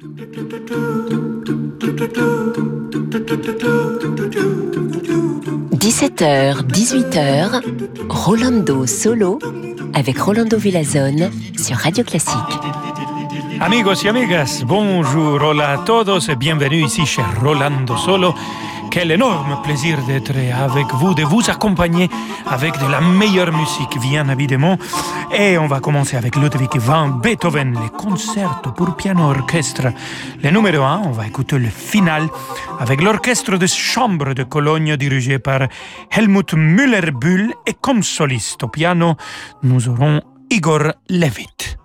17h, 18h, Rolando Solo avec Rolando Villazone sur Radio Classique. Amigos y amigas, bonjour, hola a todos et bienvenue ici chez Rolando Solo. Quel énorme plaisir d'être avec vous, de vous accompagner avec de la meilleure musique, bien évidemment. Et on va commencer avec Ludwig van Beethoven, le concerto pour piano orchestre. Le numéro 1, on va écouter le final avec l'orchestre de chambre de Cologne dirigé par Helmut Müller-Bühl et comme soliste au piano, nous aurons Igor Levit.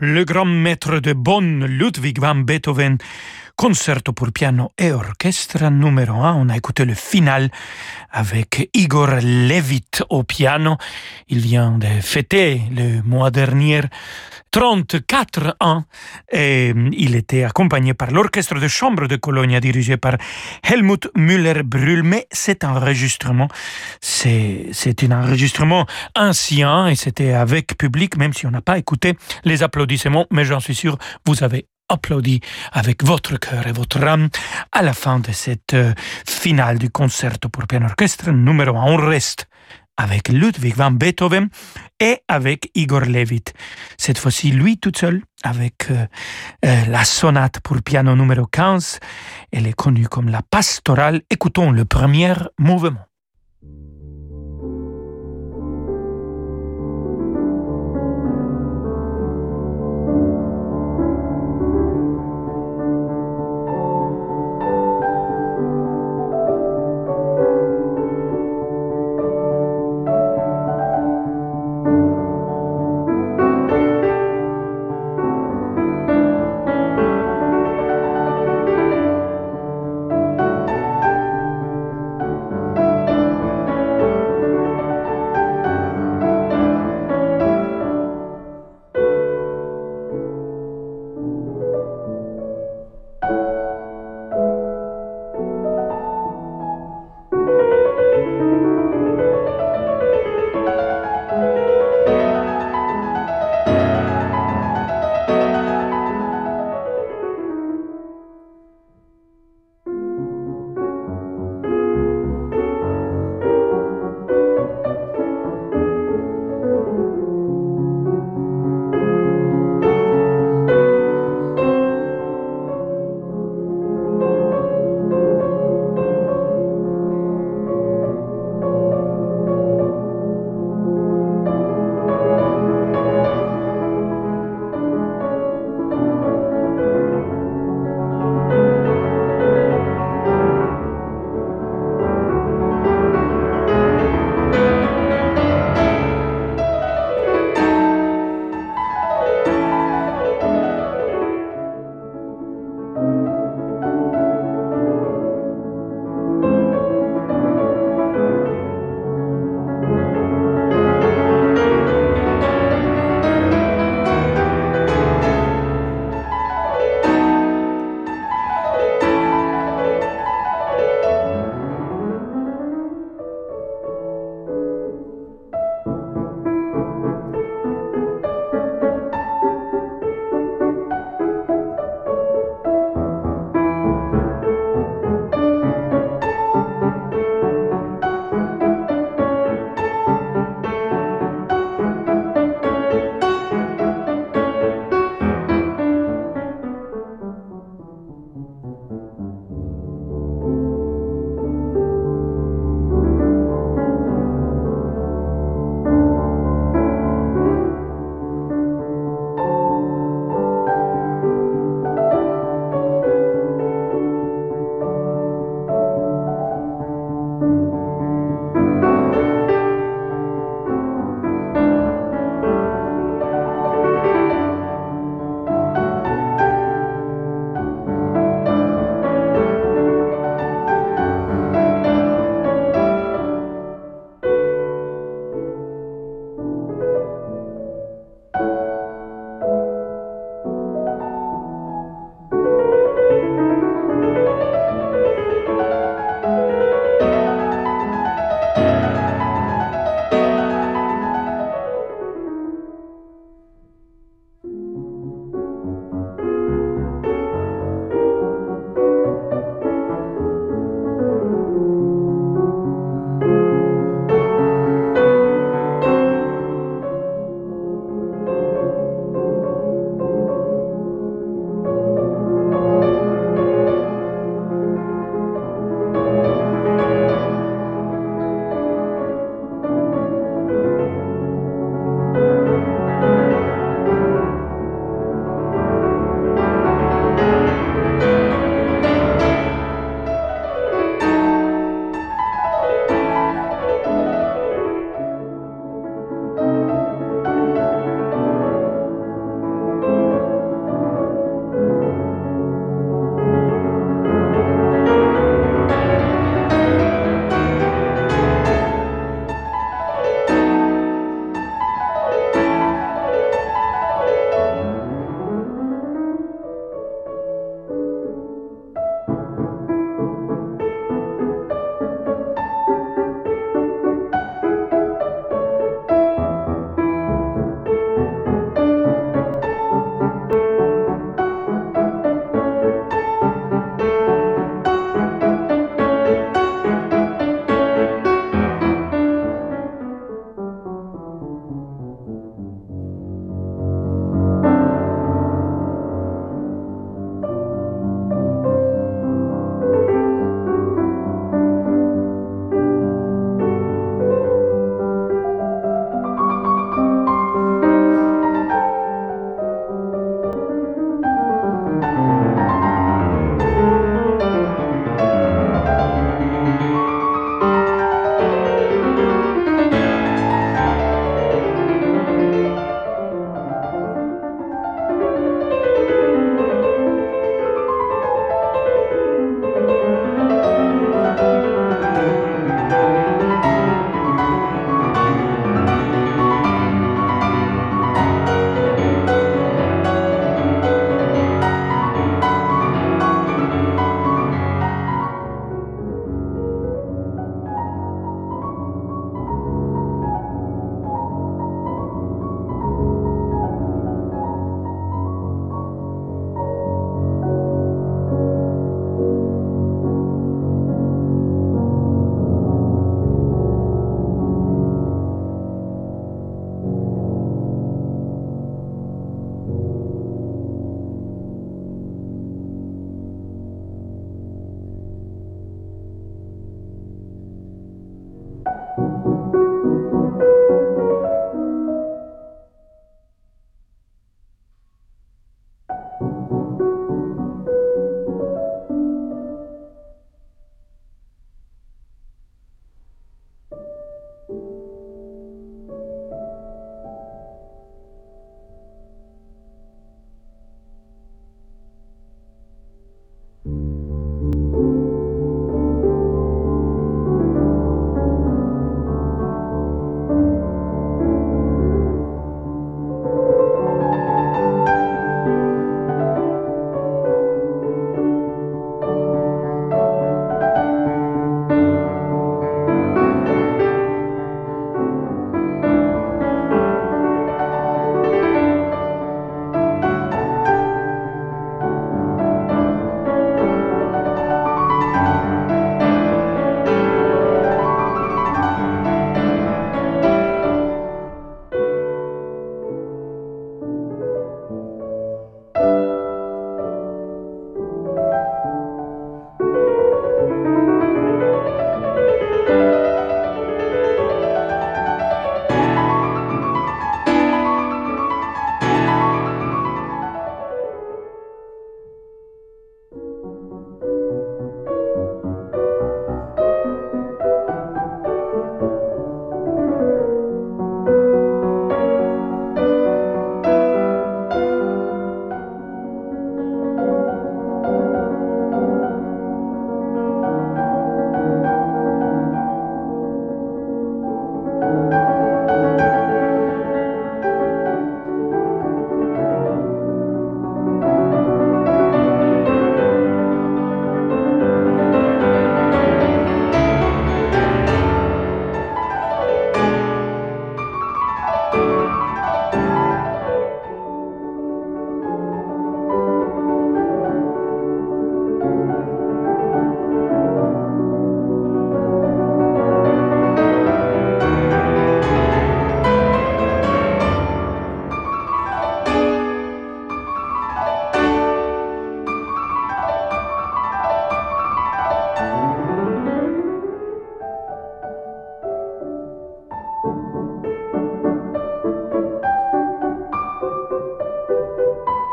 le grand maître de Bonn, Ludwig van Beethoven, concerto pour piano et orchestre numéro 1. On a écouté le final avec Igor Levit au piano. Il vient de fêter le mois dernier 34 ans et il était accompagné par l'orchestre de chambre de Cologne dirigé par Helmut Müller-Brühl. Mais cet enregistrement, c'est un enregistrement ancien et c'était avec public, même si on n'a pas écouté les applaudissements, mais j'en suis sûr, vous avez applaudi avec votre cœur et votre âme à la fin de cette finale du concerto pour piano orchestre numéro 1. On reste avec Ludwig van Beethoven et avec Igor Levit. Cette fois-ci, lui tout seul, avec la sonate pour piano numéro 15. Elle est connue comme la pastorale. Écoutons le premier mouvement.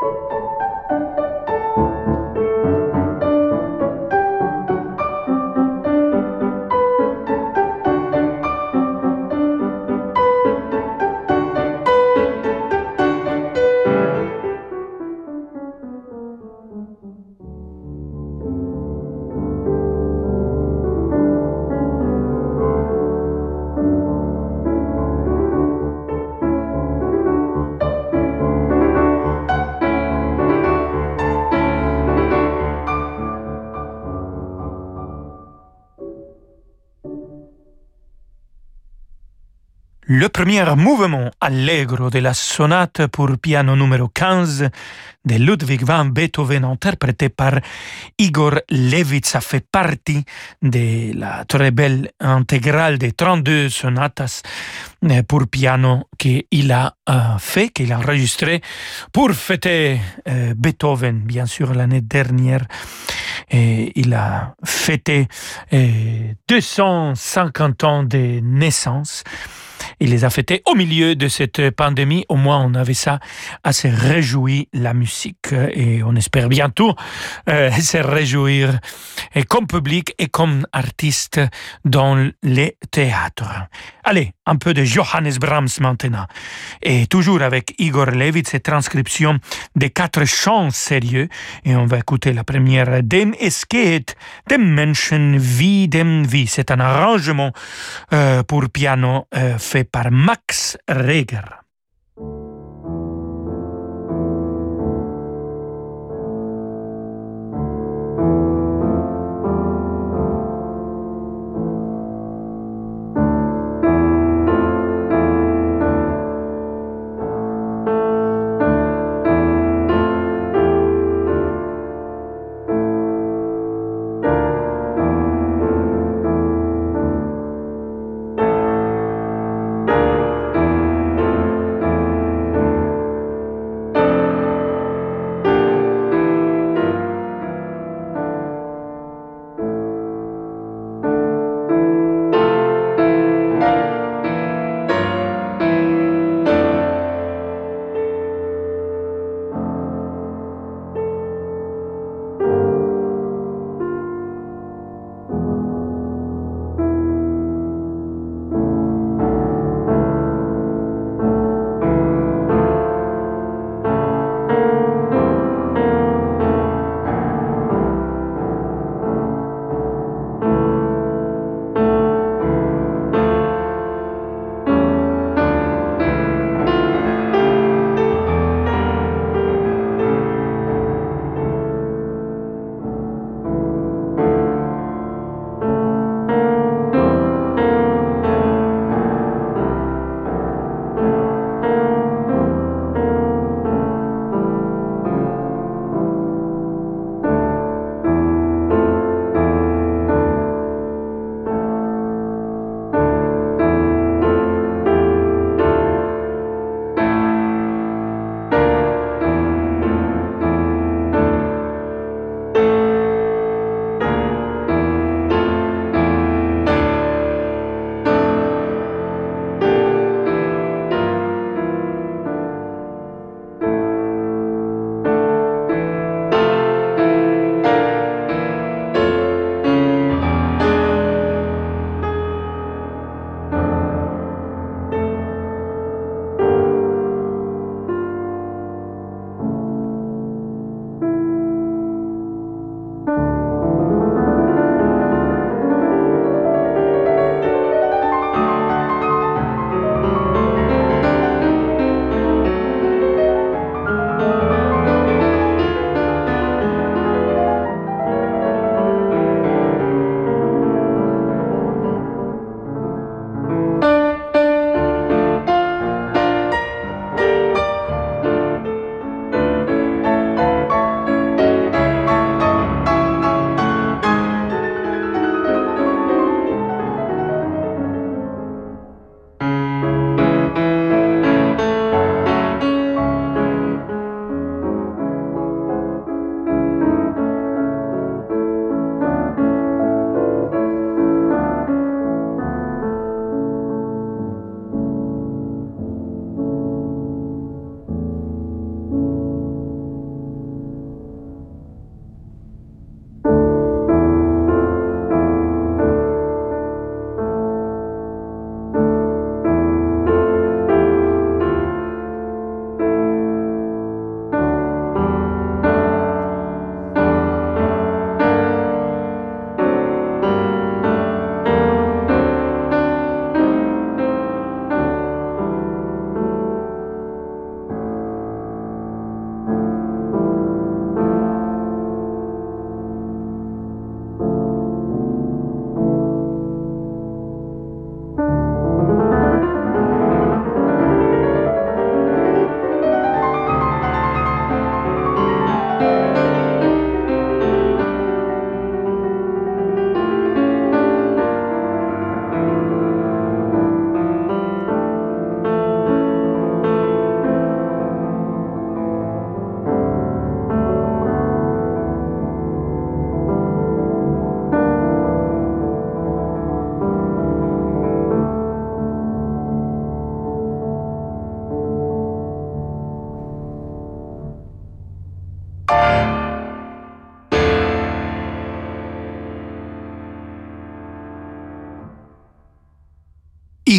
Le premier mouvement allegro de la sonate pour piano numéro 15 de Ludwig van Beethoven, interprété par Igor Levits, a fait partie de la très belle intégrale des 32 sonatas pour piano qu'il a fait, qu'il a enregistré pour fêter Beethoven, bien sûr, l'année dernière. Et il a fêté 250 ans de naissance. Il les a fêtés au milieu de cette pandémie. Au moins, on avait ça à se réjouir la musique. Et on espère bientôt se réjouir et comme public et comme artiste dans les théâtres. Allez, un peu de Johannes Brahms maintenant. Et toujours avec Igor Levits et transcription des 4 chants sérieux. Et on va écouter la première, Denn es geht dem Menschen wie dem Wie. C'est un arrangement pour piano fait par Max Reger.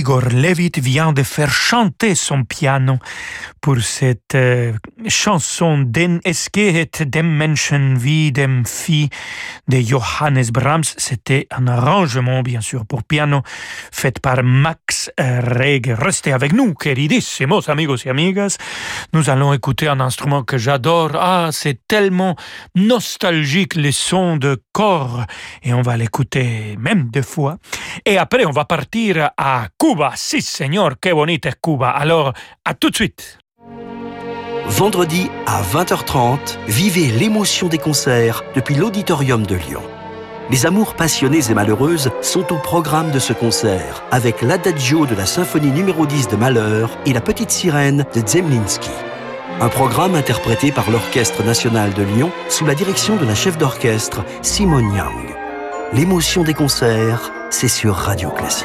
Igor Levit vient de faire chanter son piano pour cette chanson Den es geht dem Menschen wie dem Vieh de Johannes Brahms. C'était un arrangement, bien sûr, pour piano, fait par Max Reger. Restez avec nous, queridissimos amigos et amigas. Nous allons écouter un instrument que j'adore. Ah, c'est tellement nostalgique, les sons de corps. Et on va l'écouter même 2 fois. Et après, on va partir à Cuba. Si, señor, qué bonita es Cuba. Alors, à tout de suite. Vendredi à 20h30, vivez l'émotion des concerts depuis l'Auditorium de Lyon. Les amours passionnées et malheureuses sont au programme de ce concert, avec l'Adagio de la symphonie numéro 10 de Mahler et la Petite Sirène de Zemlinsky. Un programme interprété par l'Orchestre national de Lyon sous la direction de la chef d'orchestre Simone Young. L'émotion des concerts, c'est sur Radio Classique.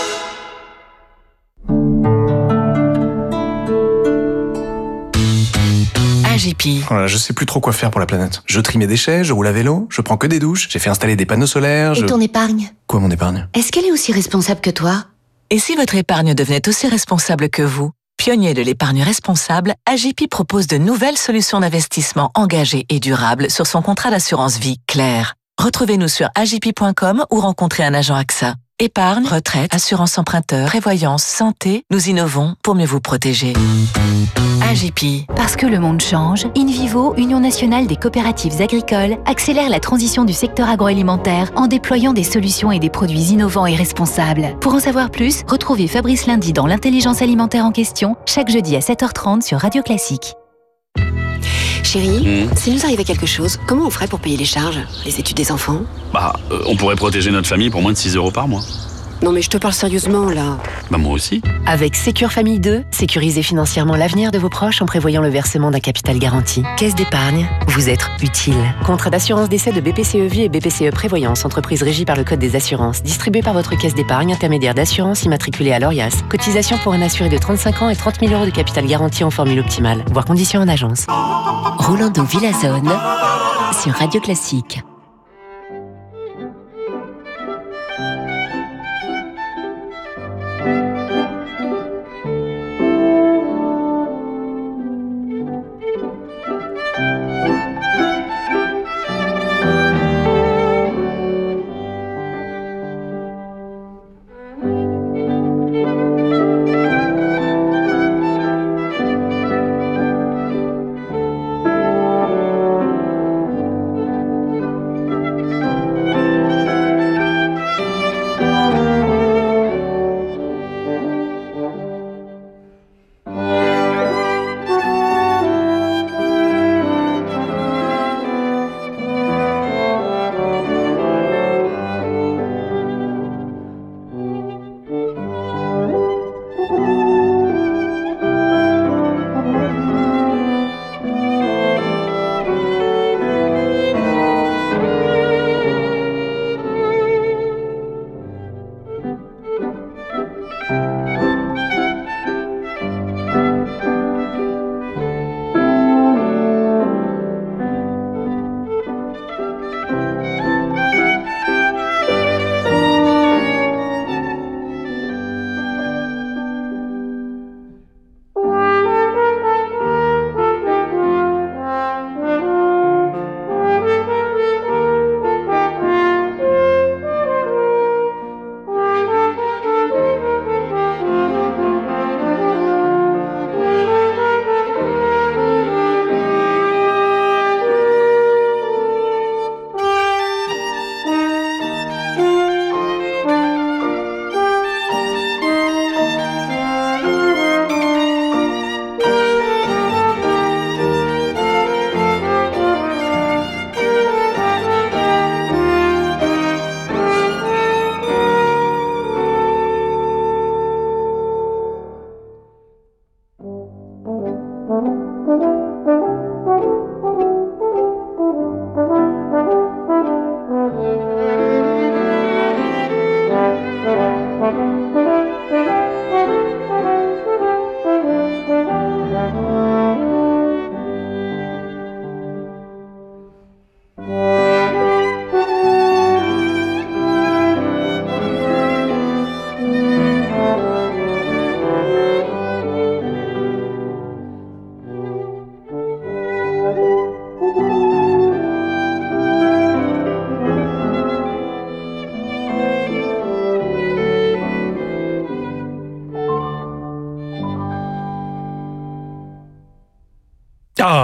AGP. Oh là, je sais plus trop quoi faire pour la planète. Je trie mes déchets, je roule à vélo, je prends que des douches, j'ai fait installer des panneaux solaires, Et ton épargne ? Quoi, mon épargne ? Est-ce qu'elle est aussi responsable que toi ? Et si votre épargne devenait aussi responsable que vous ? Pionnier de l'épargne responsable, AGP propose de nouvelles solutions d'investissement engagées et durables sur son contrat d'assurance vie clair. Retrouvez-nous sur agp.com ou rencontrez un agent AXA. Épargne, retraite, assurance emprunteur, prévoyance, santé, nous innovons pour mieux vous protéger. AGP. Parce que le monde change, InVivo, Union nationale des coopératives agricoles, accélère la transition du secteur agroalimentaire en déployant des solutions et des produits innovants et responsables. Pour en savoir plus, retrouvez Fabrice Lundi dans l'intelligence alimentaire en question, chaque jeudi à 7h30 sur Radio Classique. Chérie, s'il nous arrivait quelque chose, comment on ferait pour payer les charges, les études des enfants ? On pourrait protéger notre famille pour moins de 6 € par mois. Non mais je te parle sérieusement là. Moi aussi. Avec Sécure Famille 2, sécurisez financièrement l'avenir de vos proches en prévoyant le versement d'un capital garanti. Caisse d'épargne, vous êtes utile. Contrat d'assurance décès de BPCE Vie et BPCE Prévoyance, entreprise régie par le Code des assurances, distribué par votre caisse d'épargne, intermédiaire d'assurance immatriculée à l'ORIAS. Cotisation pour un assuré de 35 ans et 30 000 € de capital garanti en formule optimale. Voir conditions en agence. Rolando Villazone sur Radio Classique.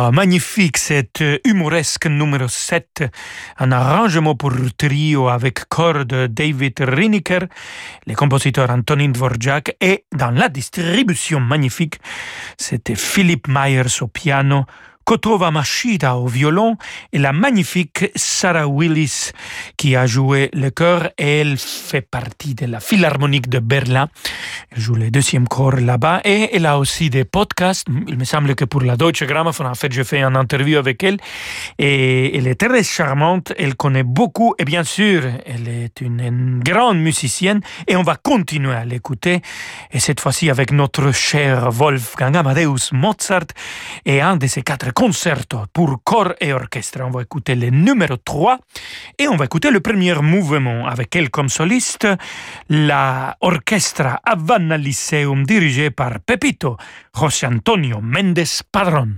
magnifique, cet humoresque numéro 7, un arrangement pour trio avec cordes David Riniker, les compositeurs Antonin Dvorak et dans la distribution magnifique, c'était Philip Myers au piano, Kotova Machida au violon et la magnifique Sarah Willis qui a joué le chœur et elle fait partie de la Philharmonique de Berlin. Elle joue le deuxième chœur là-bas et elle a aussi des podcasts. Il me semble que pour la Deutsche Grammophon, en fait, j'ai fait une interview avec elle et elle est très charmante. Elle connaît beaucoup et bien sûr, elle est une grande musicienne et on va continuer à l'écouter et cette fois-ci avec notre cher Wolfgang Amadeus Mozart et un de ses 4 concertos pour corps et orchestre. On va écouter le numéro 3 et on va écouter le premier mouvement avec elle comme soliste, la Orchestra Havana Lyceum dirigée par Pepito José Antonio Méndez Padrón.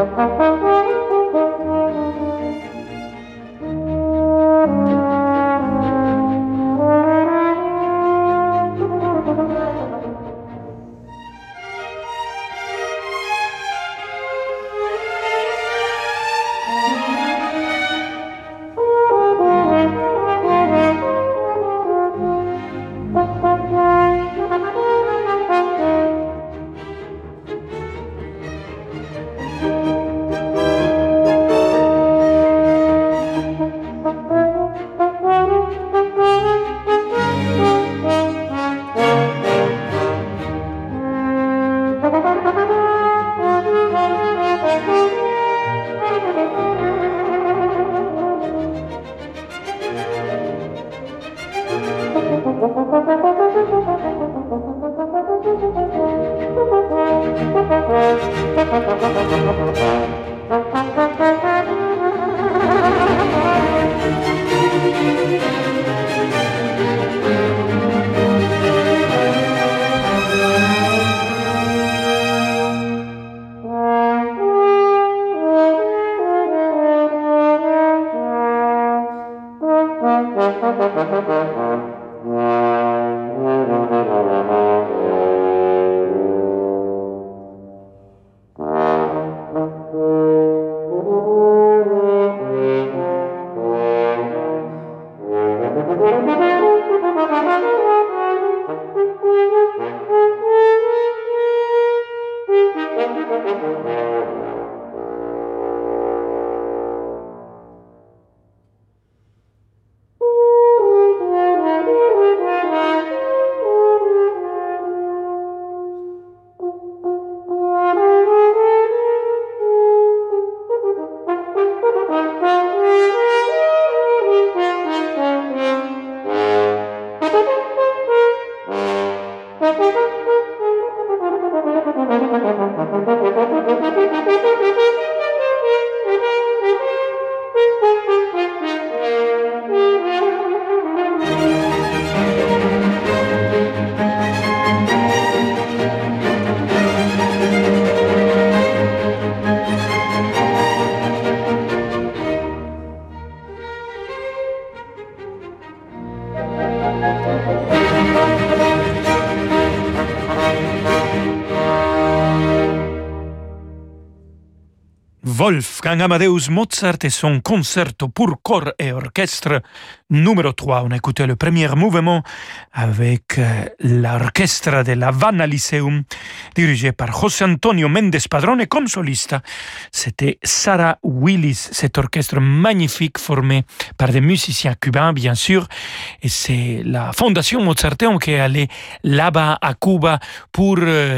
Wolfgang Amadeus Mozart et son concerto pour corps et orchestre numéro 3. On a écouté le premier mouvement avec l'orchestre de la Havana Lyceum dirigé par José Antonio Méndez Padrón et comme soliste, c'était Sarah Willis, cet orchestre magnifique formé par des musiciens cubains bien sûr, et c'est la Fondation Mozarteum qui est allée là-bas à Cuba pour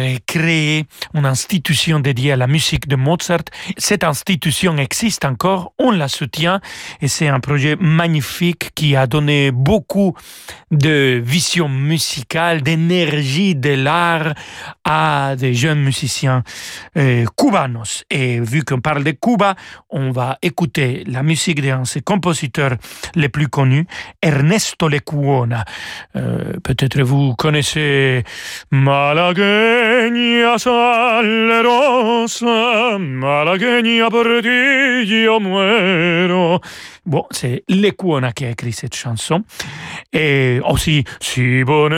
créer une institution dédiée à la musique de Mozart. Cette institution existe encore, on la soutient et c'est un projet magnifique qui a donné beaucoup de vision musicale, d'énergie, de l'art à des jeunes musiciens cubanos. Et vu qu'on parle de Cuba, on va écouter la musique d'un de ses compositeurs les plus connus, Ernesto Lecuona. Peut-être vous connaissez Malagueña salerosa, Malagueña por ti yo muero. Bon, c'est Lecuona qui a écrit cette chanson. Et aussi, Si bonnet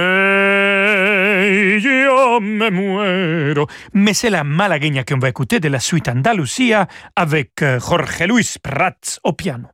yo me muero. Mais c'est la malagueña qu'on va écouter de la suite Andalusia avec Jorge Luis Prats au piano.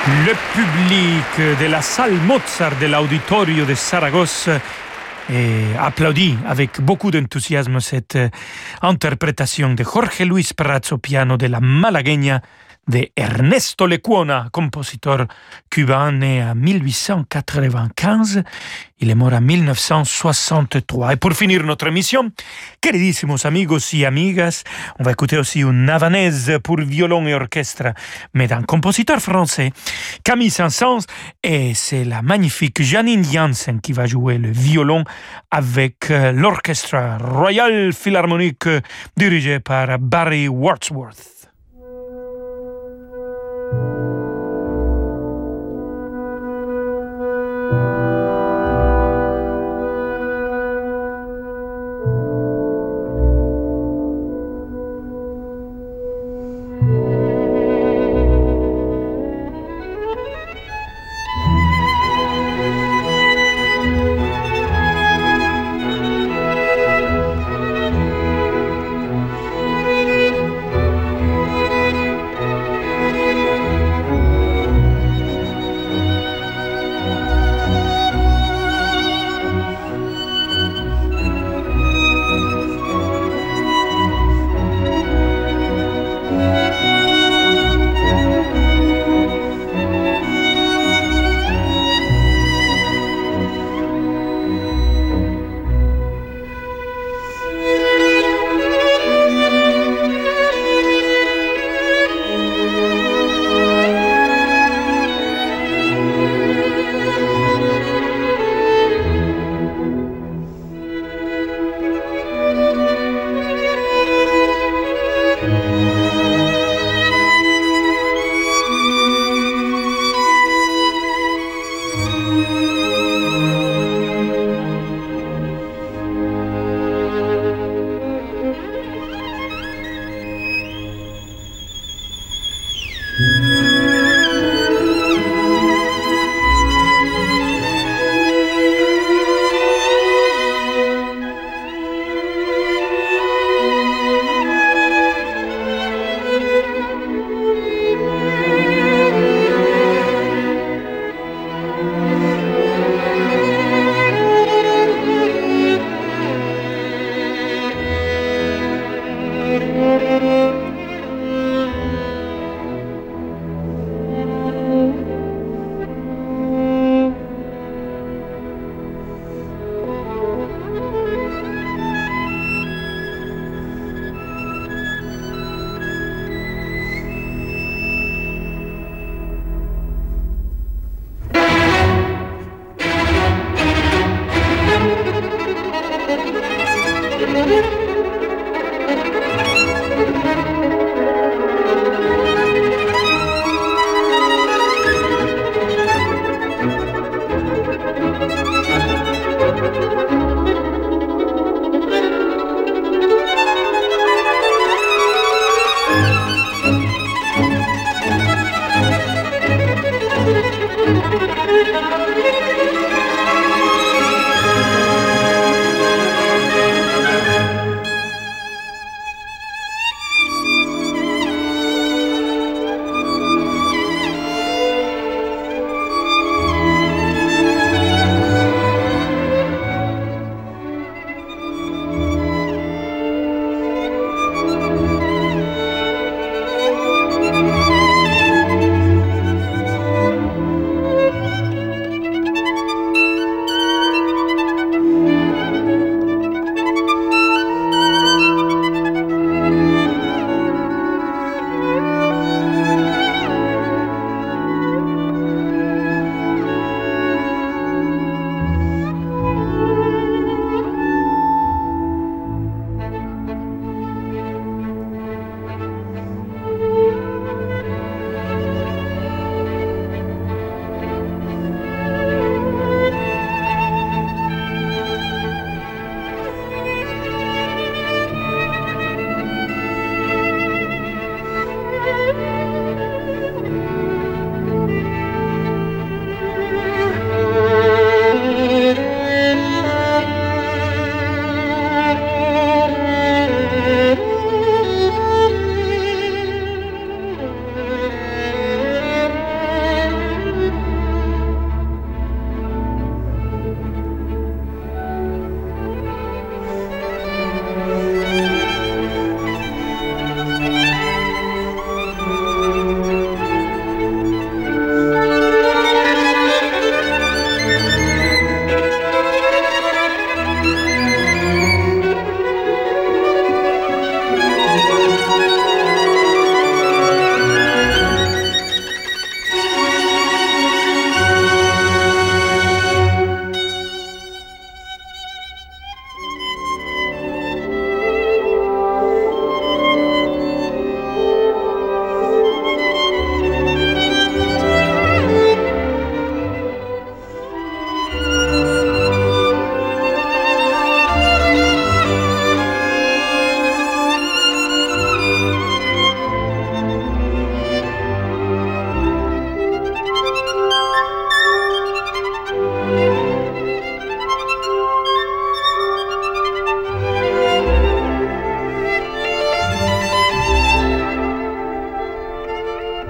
Le public de la salle Mozart de l'Auditorio de Saragosse applaudit avec beaucoup d'enthousiasme cette interprétation de Jorge Luis Prats au piano de la Malagueña de Ernesto Lecuona, compositeur cubain né en 1895. Il est mort en 1963. Et pour finir notre émission, queridísimos amigos y amigas, on va écouter aussi une havanaise pour violon et orchestre, mais d'un compositeur français, Camille Saint-Saëns, et c'est la magnifique Janine Jansen qui va jouer le violon avec l'orchestre Royal Philharmonic dirigé par Barry Wordsworth.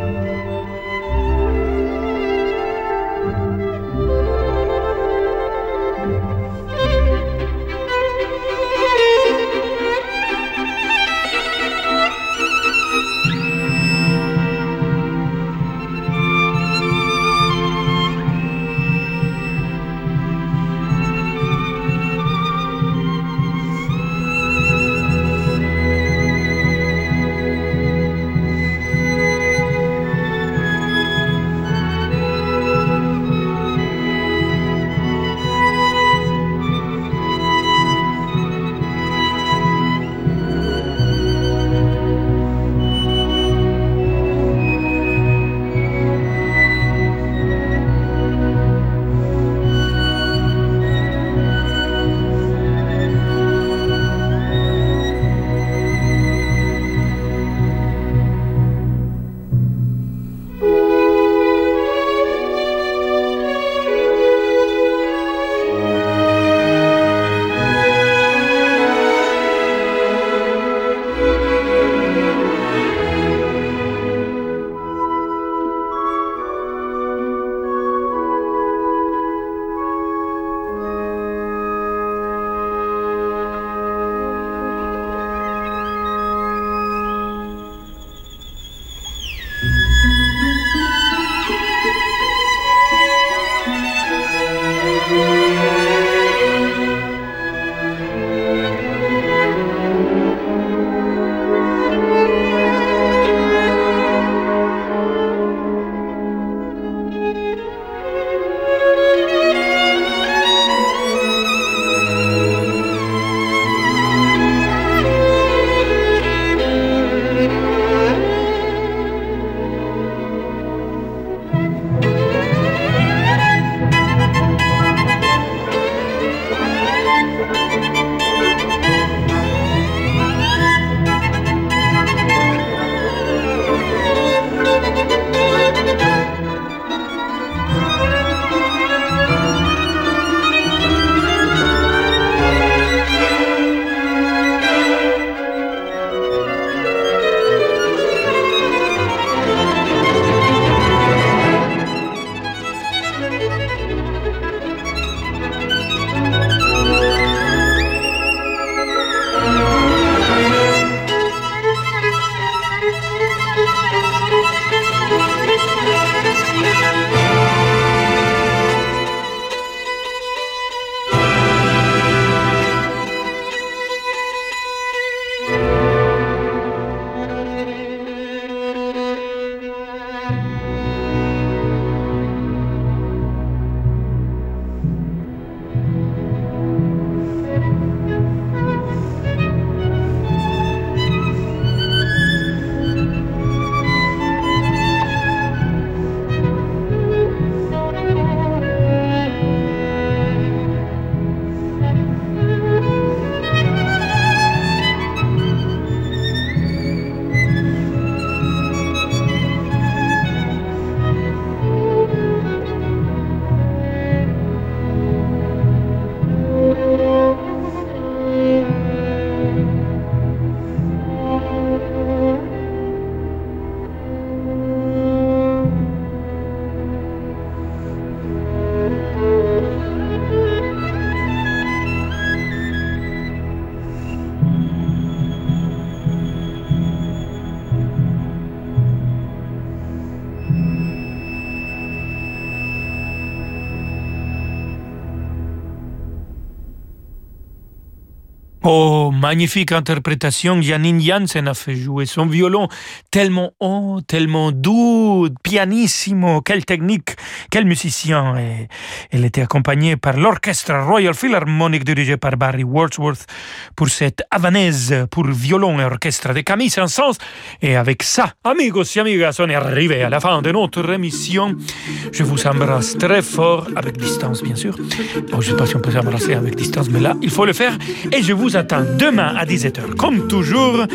Oh, magnifique interprétation. Janine Jansen a fait jouer son violon tellement haut, tellement doux, pianissimo. Quelle technique, quel musicien. Et elle était accompagnée par l'orchestre Royal Philharmonic dirigé par Barry Wordsworth pour cette havanaise pour violon et orchestre de Camille Saint-Saëns. Et avec ça, amigos et amigas, on est arrivé à la fin de notre émission. Je vous embrasse très fort, avec distance bien sûr. Bon, je ne sais pas si on peut s'embrasser avec distance, mais là, il faut le faire. Et je vous attends demain à 17h. Comme toujours,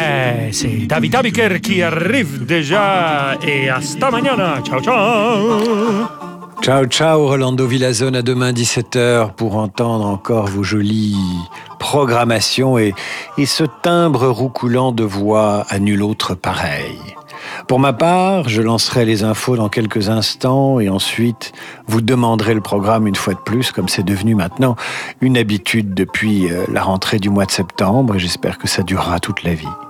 c'est David Abiker qui arrive déjà. Et hasta mañana. Ciao, ciao. Ciao, ciao, Rolando Villazone. À demain 17h pour entendre encore vos jolies programmations et ce timbre roucoulant de voix à nul autre pareil. Pour ma part, je lancerai les infos dans quelques instants et ensuite vous demanderez le programme une fois de plus, comme c'est devenu maintenant une habitude depuis la rentrée du mois de septembre, et j'espère que ça durera toute la vie.